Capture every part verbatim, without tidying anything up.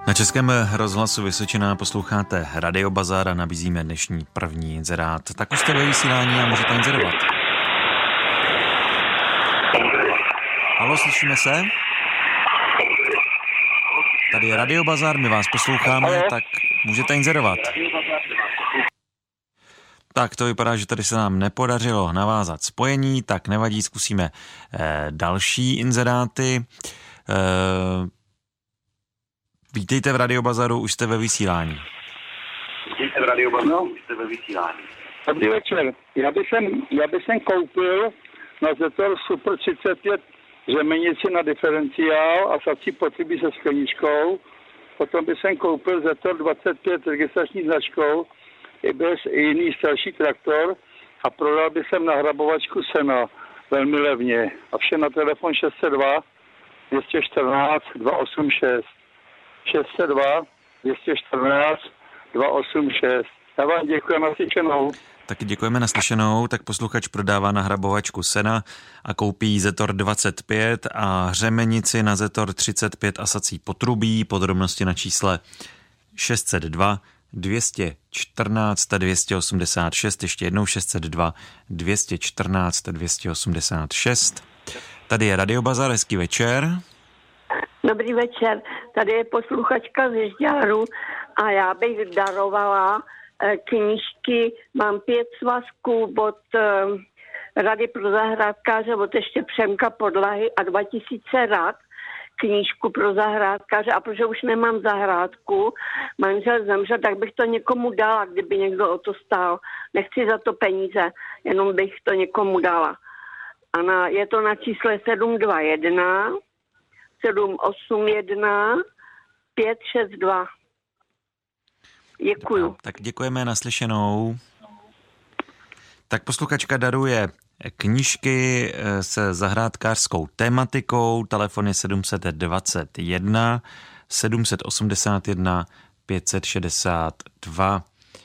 Na Českém rozhlasu Vysočina posloucháte Radio Bazar a nabízíme dnešní první inzerát. Tak už jste ve vysílání a můžete inzerovat. Haló, slyšíme se? Tady je Radio Bazar, my vás posloucháme, Haló. Tak můžete inzerovat. Tak to vypadá, že tady se nám nepodařilo navázat spojení, tak nevadí, zkusíme eh, další inzeráty. Eh, Vítejte v Radio Bazaru, už jste ve vysílání. Vítejte v Radio Bazaru, už jste ve vysílání. Dobrý večer. Já bych sem, já bych sem koupil na Zetor Super třicet pět řemenici na diferenciál a sací potřeby se skleničkou. Potom bych sem koupil Zetor dvacet pět registrační značkou i bez i jiný starší traktor a prodal bych sem nahrabovačku sena velmi levně. A vše na telefon šest set dva dvě stě čtrnáct dvě osm šest. šest set dva dvě stě čtrnáct dvě osm šest. Já vám děkuji, naslyšenou. Taky děkujeme, naslyšenou. Tak posluchač prodává nahrabovačku sena a koupí Zetor dvacet pět a řemenici na Zetor třicet pět a sací potrubí. Podrobnosti na čísle šest set dva dvě stě čtrnáct dvě stě osmdesát šest. Ještě jednou šest set dva dvě stě čtrnáct dvě stě osmdesát šest. Tady je Radio Bazar, hezký večer. Dobrý večer, tady je posluchačka ze Žďáru a já bych darovala knížky, mám pět svazků od Rady pro zahrádkáře, od ještě Přemka Podlahy a dva tisíce rad, knížku pro zahrádkáře a protože už nemám zahrádku, manžel zemřel, tak bych to někomu dala, kdyby někdo o to stál. Nechci za to peníze, jenom bych to někomu dala. A na, je to na čísle sedm dva jedna sedm osm jedna pět šest dva. Děkuju. Tak děkujeme, naslyšenou. Tak posluchačka daruje knížky se zahrádkářskou tematikou. Telefon je sedm set dvacet jedna sedm set osmdesát jedna pět set šedesát dva.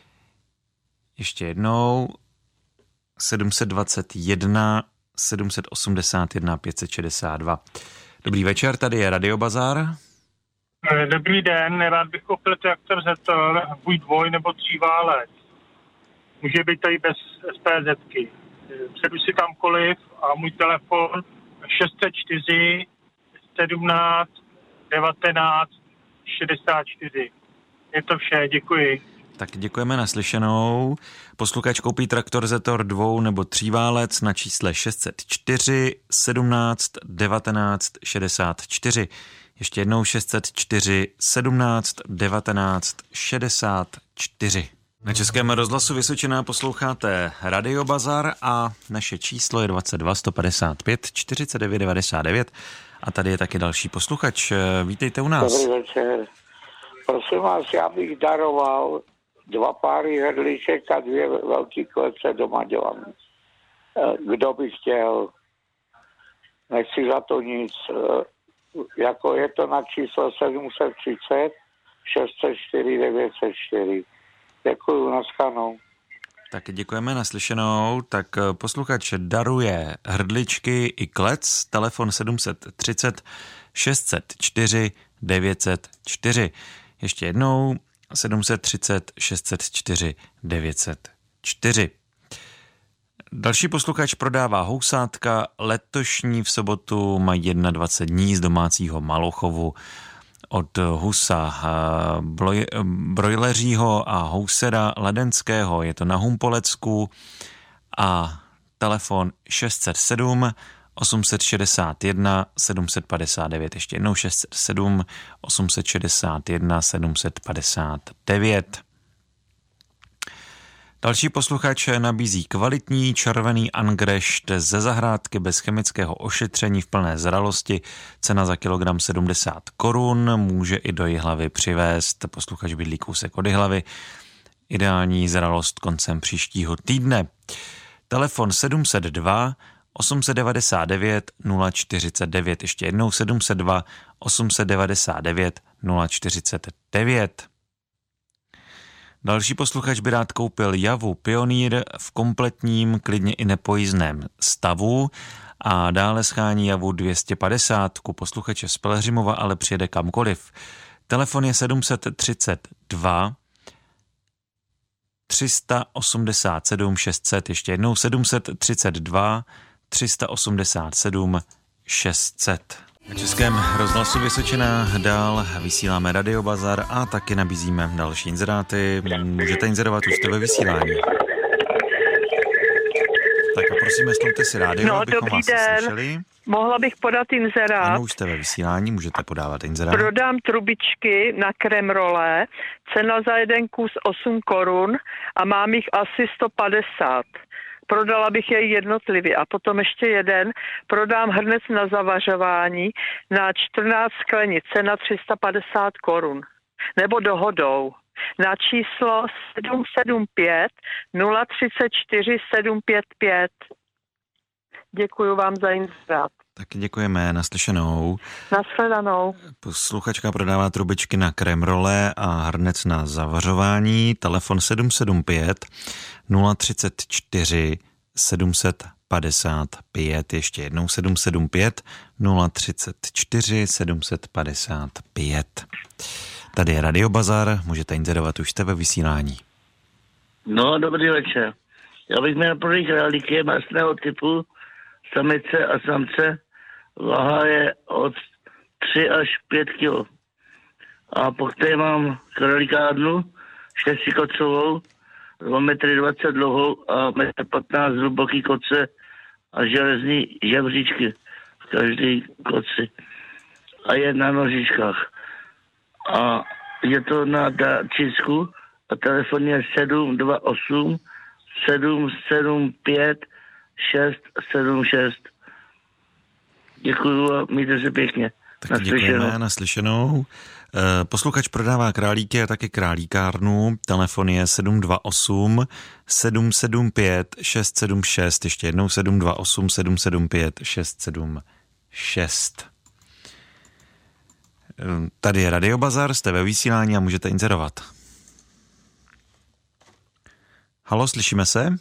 Ještě jednou sedm set dvacet jedna sedm set osmdesát jedna pět set šedesát dva. Dobrý večer, tady je Radio Bazar. Dobrý den, rád bych koupil traktor Zetor, buď dvoj nebo tříválec. Může být tady bez SPZky. Předu si kamkoliv a můj telefon šest set čtyři sedmnáct devatenáct šedesát čtyři. Je to vše, děkuji. Tak děkujeme, naslyšenou. Posluchač koupí traktor Zetor dvou nebo tříválec na čísle šest set čtyři sedmnáct devatenáct šedesát čtyři. Ještě jednou šest set čtyři sedmnáct devatenáct šedesát čtyři. Na Českém rozhlasu Vysočina posloucháte Radio Bazar a naše číslo je dvacet dva sto padesát pět čtyřicet devět devadesát devět a tady je taky další posluchač. Vítejte u nás. Dobrý večer. Prosím vás, já bych daroval dva páry hrdliček a dvě velký klece doma dělám. Kdo by chtěl, nechci za to nic. Jako je to na číslo sedm set třicet šest set čtyři devět set čtyři. Děkuju, naschledanou. Tak děkujeme, naslyšenou. Tak posluchač daruje hrdličky i klec. Telefon sedm set třicet šest set čtyři devět set čtyři. Ještě jednou sedm set třicet šest set čtyři devět set čtyři. Další posluchač prodává housátka. Letošní v sobotu mají dvacet jedna dní z domácího malochovu od husa bloj, brojleřího a housera ledenského. Je to na Humpolecku a telefon šest set sedm osm set šedesát jedna sedm set padesát devět. Ještě jednou šest set sedm osm set šedesát jedna sedm set padesát devět. Další posluchač nabízí kvalitní červený angrešt ze zahrádky bez chemického ošetření v plné zralosti. Cena za kilogram sedmdesát korun. Může i do Jihlavy přivést. Posluchač bydlí kousek od Jihlavy. Ideální zralost koncem příštího týdne. Telefon sedm set dva osm set devadesát devět nula čtyřicet devět. Ještě jednou sedm set dva osm set devadesát devět nula čtyřicet devět. Další posluchač by rád koupil Javu Pionýr v kompletním, klidně i nepojízdném stavu a dále schání Javu dvě stě padesát. Posluchače z Pelhřimova ale přijede kamkoliv. Telefon je sedm tři dva tři osmdesát sedm šest set, ještě jednou sedm tři dva tři osmdesát sedm šest set. Na Českém rozhlasu Vysočina dál vysíláme Radio Bazar a taky nabízíme další inzeráty. Můžete inzerovat, už jste ve vysílání. Tak a prosím, stlumte si rádio, no, abychom dobrý vás den. slyšeli. Mohla bych podat inzerát. Ano, už jste ve vysílání, můžete podávat inzerát. Prodám trubičky na kremrole, cena za jeden kus osm korun a mám jich asi sto padesát. Prodala bych jej jednotlivě. A potom ještě jeden, prodám hrnec na zavařování na čtrnáct sklenic, cena tři sta padesát korun. Nebo dohodou. Na číslo sedm sedm pět nula tři čtyři sedm pět pět. Děkuji vám za inzerát. Taky děkujeme, naslyšenou. Nashledanou. Posluchačka prodává trubičky na kremrole a hrnec na zavařování. Telefon sedm sedm pět nula tři čtyři sedm padesát pět. Ještě jednou sedm sedm pět nula tři čtyři sedm padesát pět. Tady je Radio Bazar, můžete inzerovat, už jste ve vysílání. No, dobrý večer. Já bych měl prodej králíky masného typu, samice a samce. Váha je od tři až pět kilo. A po které mám králíkárnu, šestikocovou, dva metry dvacet dlouhou a metr patnáct hluboký koce a železný žebříčky v každé koci. A je na nožičkách. A je to na Čísku a telefon je sedm dva osm sedm sedm pět šest sedm šest. Děkuju a mějte se pěkně. Tak děkujeme, naslyšenou. Posluchač prodává králíky a taky králíkárnu. Telefon je sedm dva osm sedm sedm pět šest sedm šest. Ještě jednou sedm dva osm sedm sedm pět šest sedm šest. Tady je Radio Bazar, jste ve vysílání a můžete inzerovat. Halo, slyšíme se?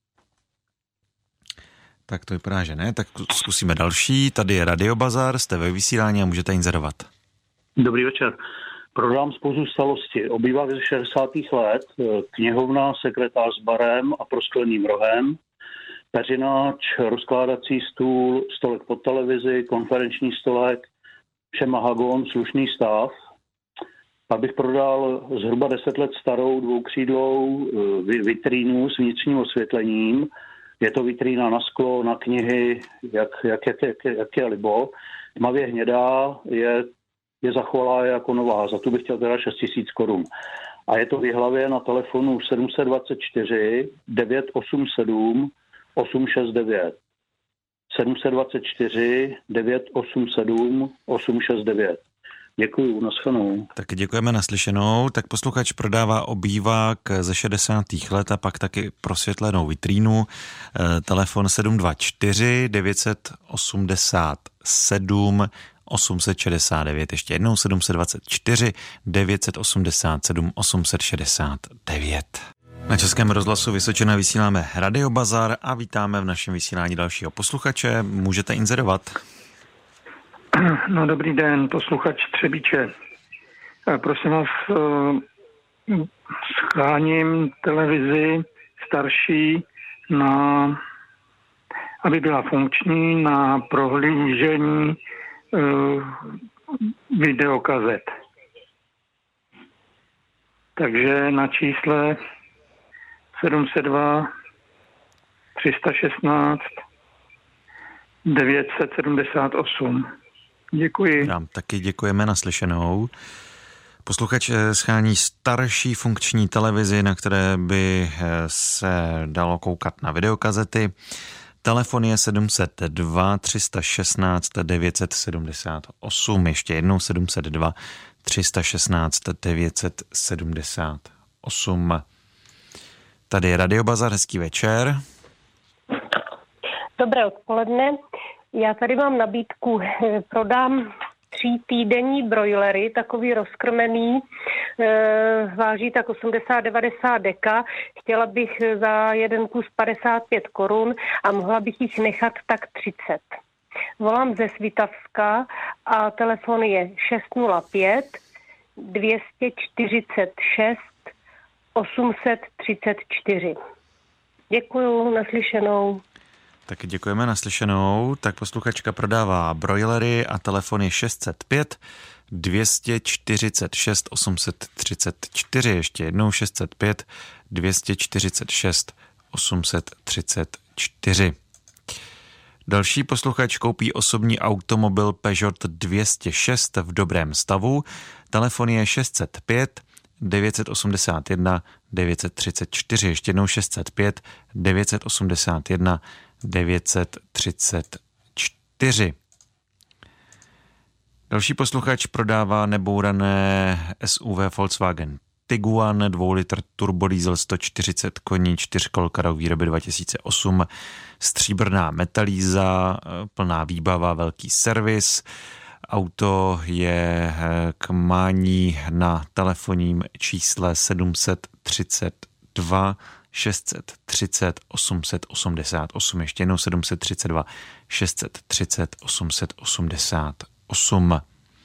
Tak to vypadá, že ne, tak zkusíme další. Tady je Radio Bazar, jste ve vysílání a můžete inzerovat. Dobrý večer. Prodám spoustu stalosti. Obývá ze šedesátých let, knihovna, sekretář s barem a proskleným rohem, peřináč, rozkládací stůl, stolek pod televizi, konferenční stolek, vše mahagon, slušný stav. Pak bych prodal zhruba deset let starou dvoukřídlou vitrínu s vnitřním osvětlením. Je to vitrína na sklo, na knihy, jak, jak, jak, jak, jak je libo. Tmavě hnědá, je, je zachovalá jako nová. Za tu bych chtěl teda šest tisíc korun. A je to v Jihlavě na telefonu sedm dva čtyři devět osm sedm osm šest devět. sedm dva čtyři devět osm sedm osm šest devět. Děkuju, naschledanou. Tak děkujeme, naslyšenou. Tak posluchač prodává obývák ze šedesátých let a pak taky prosvětlenou vitrínu. E, telefon sedm dva čtyři devět osm sedm osm šest devět. Ještě jednou sedm dva čtyři devět osm sedm osm šest devět. Na Českém rozhlasu Vysočina vysíláme Radio Bazar a vítáme v našem vysílání dalšího posluchače. Můžete inzerovat. No, dobrý den, posluchač Třebíče. Prosím vás, scháním televizi starší, na, aby byla funkční, na prohlížení videokazet. Takže na čísle sedm set dva tři sta šestnáct devět set sedmdesát osm. Děkuji. Vám taky děkujeme, naslyšenou. Posluchač schání starší funkční televizi, na které by se dalo koukat na videokazety. Telefon je sedm set dva tři sta šestnáct devět set sedmdesát osm. Ještě jednou sedm set dva tři sta šestnáct devět set sedmdesát osm. Tady je Radio Bazar, hezký večer. Dobré odpoledne. Já tady mám nabídku, prodám tří týdenní brojlery, takový rozkrmený, váží tak osmdesát devadesát deka. Chtěla bych za jeden kus padesát pět korun a mohla bych jich nechat tak třicet. Volám ze Svitavska a telefon je šest nula pět dvě stě čtyřicet šest osm set třicet čtyři. Děkuju, naslyšenou. Taky děkujeme, naslyšenou. Tak posluchačka prodává brojlery a telefon je šest set pět dvě stě čtyřicet šest osm set třicet čtyři. Ještě jednou šest set pět dvě stě čtyřicet šest osm set třicet čtyři. Další posluchač koupí osobní automobil Peugeot dvě stě šest v dobrém stavu. Telefon je šest set pět devět osmdesát jedna devět třicet čtyři. Ještě jednou šest set pět devět osmdesát jedna devět třicet čtyři. Další posluchač prodává nebourané S U V Volkswagen Tiguan, dvou litr turbodiesel sto čtyřicet koní, čtyřkolka rok výroby dva tisíce osm, stříbrná metalíza, plná výbava, velký servis. Auto je k mání na telefonním čísle sedm set třicet dva šest set třicet osm set osmdesát osm. Ještě jednou sedm set třicet dva šest set třicet osm set osmdesát osm.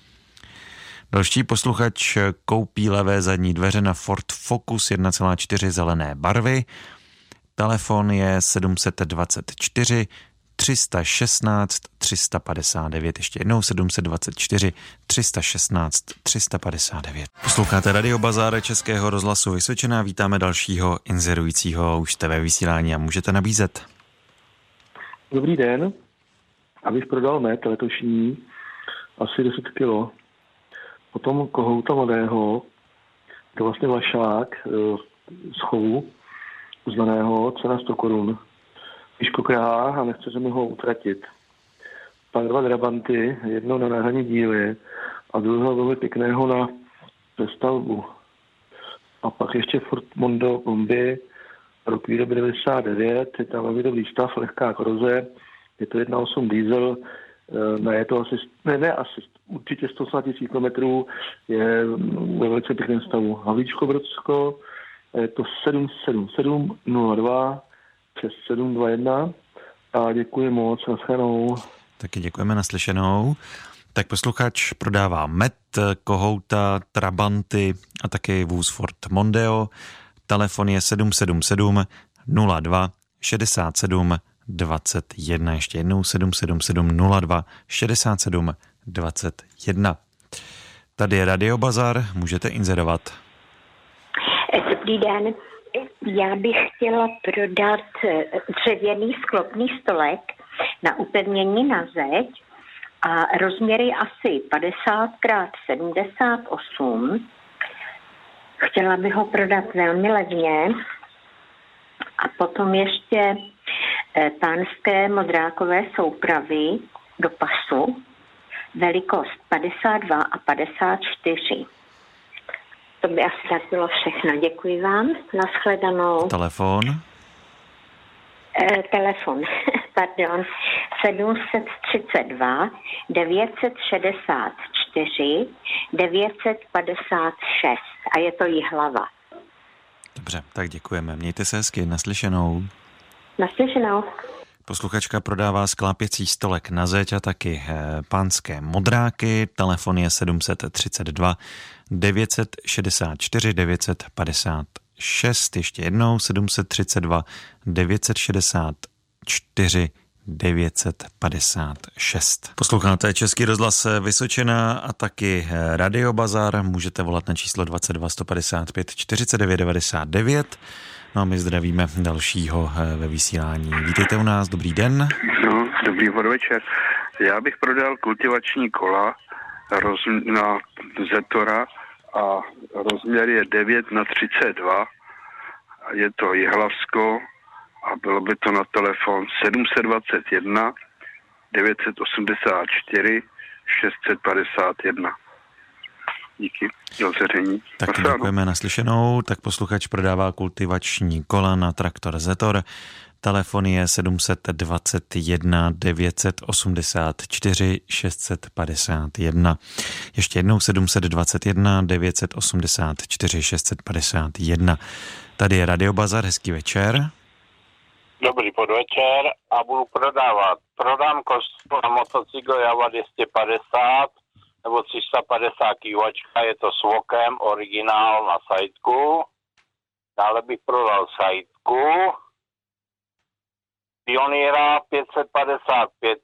Další posluchač koupí levé zadní dveře na Ford Focus jedna celá čtyři zelené barvy. Telefon je sedm set dvacet čtyři tři sta šestnáct tři sta padesát devět. Ještě jednou sedm set dvacet čtyři tři sta šestnáct tři sta padesát devět. Posloucháte Radio Bazar Českého rozhlasu Vysočina. Vítáme dalšího inzerujícího. Už jste ve vysílání a můžete nabízet. Dobrý den. Abych prodal med letošní asi deset kilo. Potom kohouta mladého, to vlastně vašák z chovu uznaného, cena sto korun. Když kokrá a nechce se mi ho utratit. Pak dva drabanty, jedno na náhradní díly a druhého velmi pěkného na přestavbu. A pak ještě Ford Mondo kombi, rok výroby devadesát devět, je tam velmi dobrý stav, lehká koroze, je to jedna celá osm diesel, ne, je to asi, ne, ne, asi určitě sto osmdesát tisíc kilometrů, je ve velice pěkném stavu. Havlíčko Brodsko, je to sedm sedm sedm nula dva přes sedm dva jedna a děkuji moc, nashledanou. Taky děkujeme, naslyšenou. Tak posluchač prodává med, kohouta, trabanty a taky vůz Ford Mondeo. Telefon je sedm sedm sedm nula dva šedesát sedm dvacet jedna. Ještě jednou sedm sedm sedm nula dva šedesát sedm dvacet jedna. Tady je Radio Bazar, můžete inzerovat. Dobrý den. Já bych chtěla prodat dřevěný sklopný stolek na upevnění na zeď a rozměry asi padesát krát sedmdesát osm. Chtěla bych ho prodat velmi levně. A potom ještě pánské modrákové soupravy do pasu, velikost padesát dva a padesát čtyři. To by asi tak bylo všechno. Děkuji vám. Nashledanou. Telefon? E, telefon, pardon. sedm set třicet dva devět set šedesát čtyři devět set padesát šest a je to Jihlava. Dobře, tak děkujeme. Mějte se hezky. Naslyšenou. Naslyšenou. Posluchačka prodává sklápěcí stolek na zeď a taky pánské modráky. Telefon je sedm set třicet dva devět set šedesát čtyři devět set padesát šest. Ještě jednou sedm set třicet dva devět set šedesát čtyři devět set padesát šest. Posloucháte Český rozhlas Vysočina a taky Radio Bazar. Můžete volat na číslo dvacet dva sto padesát pět čtyřicet devět devadesát devět. No a my zdravíme dalšího ve vysílání. Vítejte u nás, dobrý den. No, dobrý podvečer. Já bych prodal kultivační kola roz, na Zetora a rozměr je devět na třicet dva. Je to Jihlavsko a bylo by to na telefon sedm set dvacet jedna devět set osmdesát čtyři šest set padesát jedna. Díky za ozeření. Tak děkujeme, naslyšenou. Tak posluchač prodává kultivační kola na traktor Zetor. Telefon je sedm set dvacet jedna devět set osmdesát čtyři šest set padesát jedna. Ještě jednou sedm set dvacet jedna devět set osmdesát čtyři šest set padesát jedna. Tady je Radio Bazar, hezký večer. Dobrý podvečer a budu prodávat. Prodám kostku na motocykl Java dvě stě padesát nebo tři sta padesát kývačka, je to s vokem, originál na sajtku. Dále bych prodal sajtku. Pioneera pět set padesát pět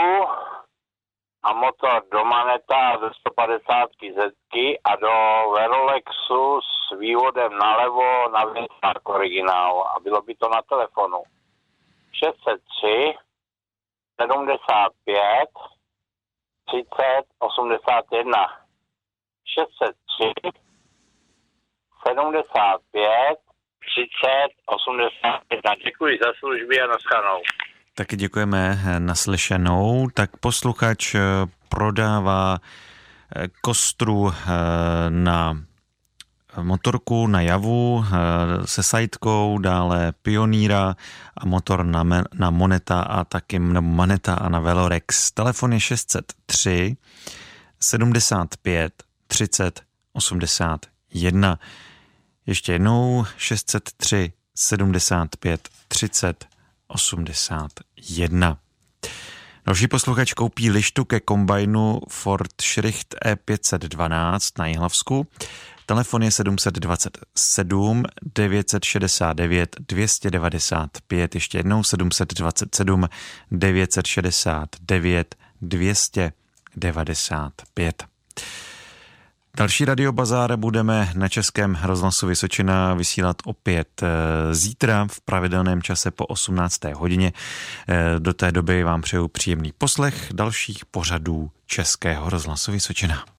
a motor do Maneta ze sto padesát zetky a do Verolexu s vývodem nalevo na věcák originál a bylo by to na telefonu. šest set tři sedmdesát pět třicet osmdesát jedna. šest set tři sedmdesát pět třicet osmdesát jedna. Děkuji za služby a naschledanou. Taky děkujeme, naslyšenou. Tak posluchač prodává kostru na motorku na Javu se sajtkou, dále Pioneera a motor na, na Moneta a taky nebo Maneta a na Velorex. Telefon je šest set tři sedmdesát pět třicet osmdesát jedna. Ještě jednou šest set tři sedmdesát pět třicet osmdesát jedna. Další posluchač koupí lištu ke kombajnu Ford Schricht E pět set dvanáct na Jihlavsku. Telefon je sedm set dvacet sedm devět set šedesát devět dvě stě devadesát pět. Ještě jednou sedm set dvacet sedm devět set šedesát devět dvě stě devadesát pět. Další radiobazár budeme na Českém rozhlasu Vysočina vysílat opět zítra v pravidelném čase po osmnácté hodině. Do té doby vám přeju příjemný poslech dalších pořadů Českého rozhlasu Vysočina.